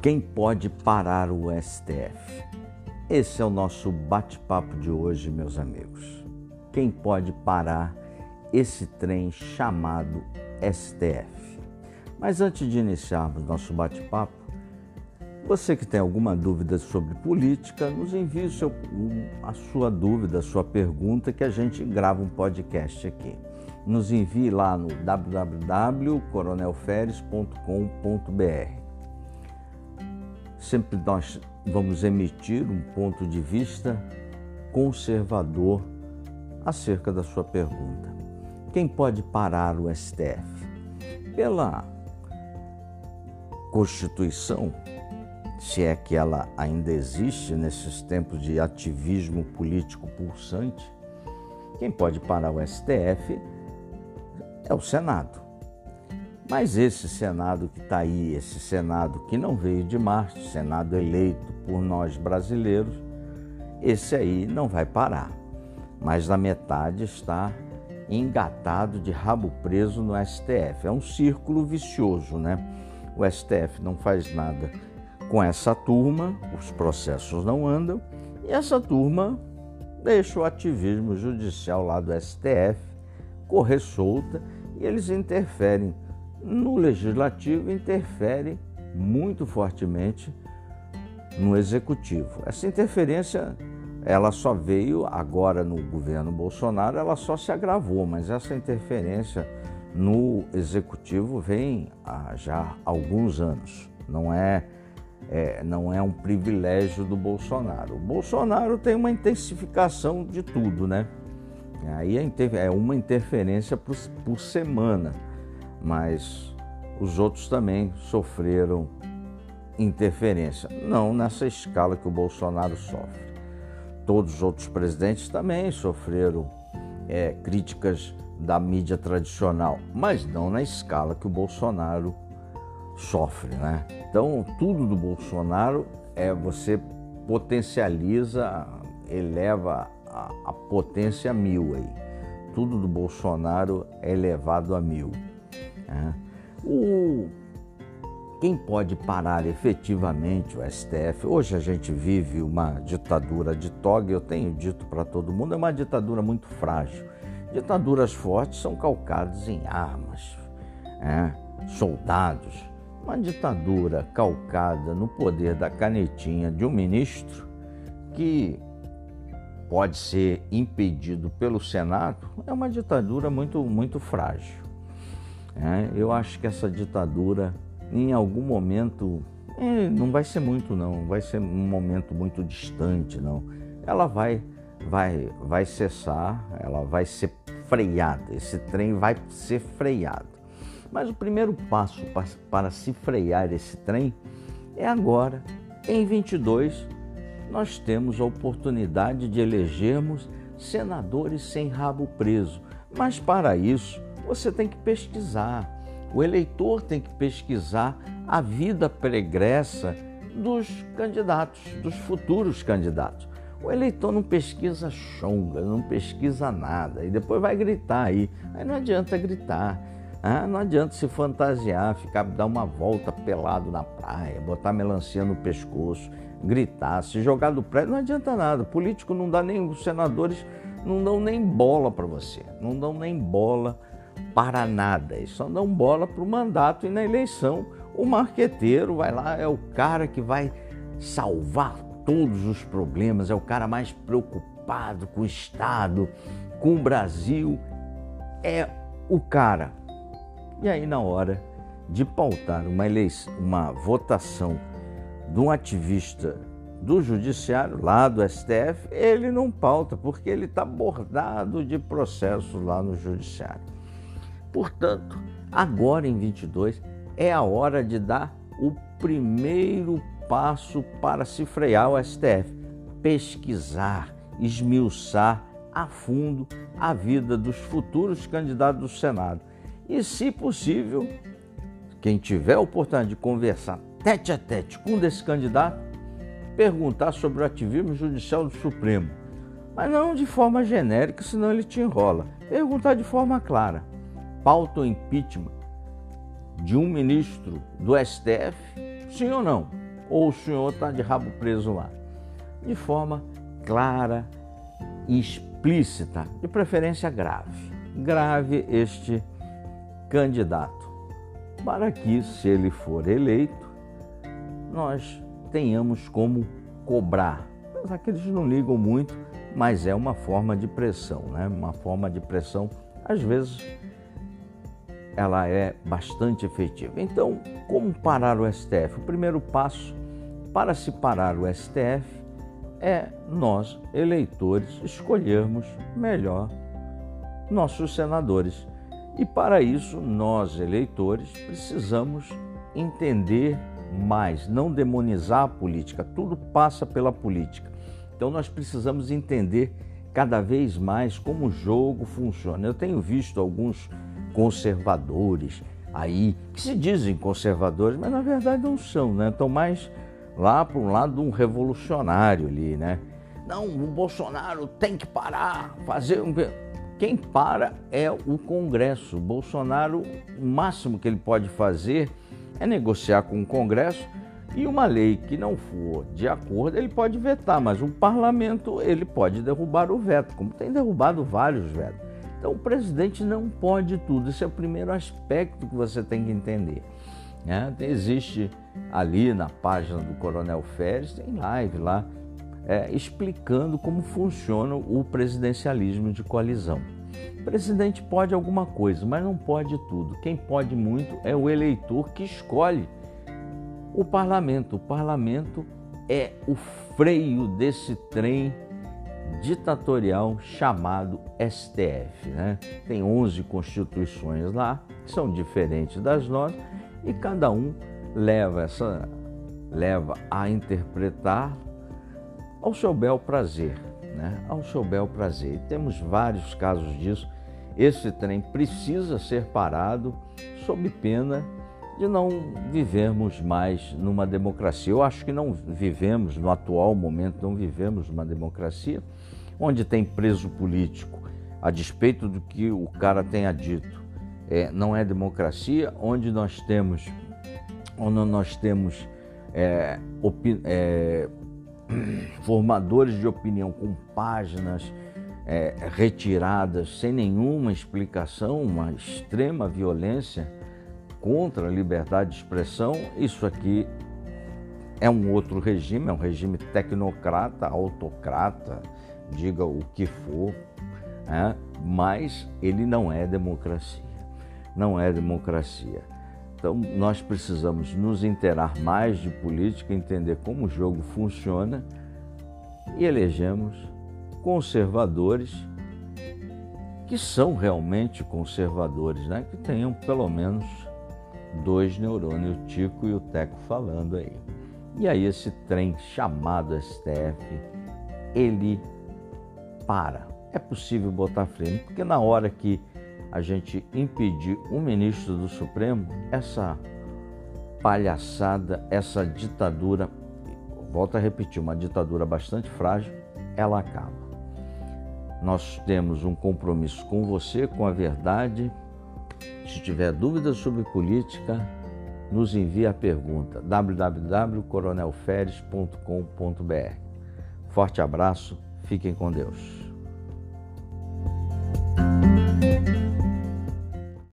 Quem pode parar o STF? Esse é o nosso bate-papo de hoje, meus amigos. Quem pode parar esse trem chamado STF? Mas antes de iniciarmos nosso bate-papo, você que tem alguma dúvida sobre política, nos envie a sua dúvida, a sua pergunta, que a gente grava um podcast aqui. Nos envie lá no www.coronelferes.com.br. Sempre nós vamos emitir um ponto de vista conservador acerca da sua pergunta. Quem pode parar o STF? Pela Constituição, se é que ela ainda existe nesses tempos de ativismo político pulsante, quem pode parar o STF é o Senado. Mas esse Senado que está aí, esse Senado que não veio de Marte, Senado eleito por nós brasileiros, esse aí não vai parar. Mas na metade está engatado de rabo preso no STF. É um círculo vicioso, né? O STF não faz nada com essa turma, os processos não andam, e essa turma deixa o ativismo judicial lá do STF correr solta e eles interferem no legislativo, interferem muito fortemente no executivo. Essa interferência, ela só veio agora no governo Bolsonaro, ela só se agravou, mas essa interferência no executivo vem há já alguns anos. Não é um privilégio do Bolsonaro. O Bolsonaro tem uma intensificação de tudo, né? Aí é uma interferência por semana, mas os outros também sofreram interferência, não nessa escala que o Bolsonaro sofre. Todos os outros presidentes também sofreram críticas da mídia tradicional, mas não na escala que o Bolsonaro sofre, né? Então, tudo do Bolsonaro você potencializa, eleva a potência a 1000 aí. Tudo do Bolsonaro é elevado a 1000. Quem pode parar efetivamente o STF? Hoje a gente vive uma ditadura de toga, eu tenho dito para todo mundo, é uma ditadura muito frágil. Ditaduras fortes são calcadas em armas, soldados. Uma ditadura calcada no poder da canetinha de um ministro que pode ser impedido pelo Senado é uma ditadura muito, muito frágil. Eu acho que essa ditadura, em algum momento, não vai ser muito não, vai ser um momento muito distante não. Ela vai cessar, ela vai ser freada, esse trem vai ser freado. Mas o primeiro passo para se frear esse trem é agora, em 22, nós temos a oportunidade de elegermos senadores sem rabo preso. Mas para isso, você tem que pesquisar. O eleitor tem que pesquisar a vida pregressa dos candidatos, dos futuros candidatos. O eleitor não pesquisa chonga, não pesquisa nada e depois vai gritar aí. Aí não adianta gritar, não adianta se fantasiar, dar uma volta pelado na praia, botar melancia no pescoço, gritar, se jogar do prédio, não adianta nada. Político não dá nem, os senadores não dão nem bola para você, não dão nem bola para nada, eles só dão bola para o mandato e na eleição o marqueteiro vai lá, é o cara que vai salvar todos os problemas, é o cara mais preocupado com o Estado, com o Brasil, é o cara. E aí na hora de pautar uma votação de um ativista do judiciário, lá do STF, ele não pauta, porque ele está bordado de processos lá no judiciário. Portanto, agora em 22 é a hora de dar o primeiro passo para se frear o STF. Pesquisar, esmiuçar a fundo a vida dos futuros candidatos do Senado. E, se possível, quem tiver a oportunidade de conversar tete a tete com um desse candidato, perguntar sobre o ativismo judicial do Supremo. Mas não de forma genérica, senão ele te enrola. Perguntar de forma clara. Pauta o impeachment de um ministro do STF? Sim ou não? ou o senhor está de rabo preso lá. De forma clara e explícita, de preferência grave. Grave este candidato, para que, se ele for eleito, nós tenhamos como cobrar. Apesar que eles não ligam muito, mas é uma forma de pressão, né? Uma forma de pressão, às vezes, ela é bastante efetiva. Então, como parar o STF? O primeiro passo para se parar o STF é nós, eleitores, escolhermos melhor nossos senadores. E para isso, nós, eleitores, precisamos entender mais, não demonizar a política. Tudo passa pela política. Então, nós precisamos entender cada vez mais como o jogo funciona. Eu tenho visto alguns conservadores aí, que se dizem conservadores, mas na verdade não são, né? Estão mais lá para um lado de um revolucionário ali, né? Não, o Bolsonaro tem que parar, fazer um... Quem para é o Congresso. O Bolsonaro, o máximo que ele pode fazer é negociar com o Congresso, e uma lei que não for de acordo, ele pode vetar, mas o parlamento ele pode derrubar o veto, como tem derrubado vários vetos. Então o presidente não pode tudo. Esse é o primeiro aspecto que você tem que entender, né? Existe ali na página do Coronel Feres, tem live lá, explicando como funciona o presidencialismo de coalizão. O presidente pode alguma coisa, mas não pode tudo. Quem pode muito é o eleitor que escolhe o parlamento. O parlamento é o freio desse trem ditatorial chamado STF, né? Tem 11 constituições lá, que são diferentes das nossas, e cada um leva a interpretar ao seu bel prazer, né? Ao seu bel prazer. Temos vários casos disso. Esse trem precisa ser parado sob pena de não vivermos mais numa democracia. Eu acho que não vivemos, no atual momento, não vivemos numa democracia onde tem preso político, a despeito do que o cara tenha dito. Não é democracia, onde nós temos formadores de opinião com páginas retiradas sem nenhuma explicação, uma extrema violência contra a liberdade de expressão. Isso aqui é um outro regime, é um regime tecnocrata, autocrata, diga o que for, mas ele não é democracia. Não é democracia. Então, nós precisamos nos inteirar mais de política, entender como o jogo funciona e elegemos conservadores que são realmente conservadores, né? Que tenham pelo menos 2 neurônios, o Tico e o Teco falando aí. E aí esse trem chamado STF, ele para. É possível botar freio, porque na hora que a gente impedir um ministro do Supremo, essa palhaçada, essa ditadura, volto a repetir, uma ditadura bastante frágil, ela acaba. Nós temos um compromisso com você, com a verdade. Se tiver dúvidas sobre política, nos envie a pergunta www.coronelferes.com.br. Forte abraço, fiquem com Deus.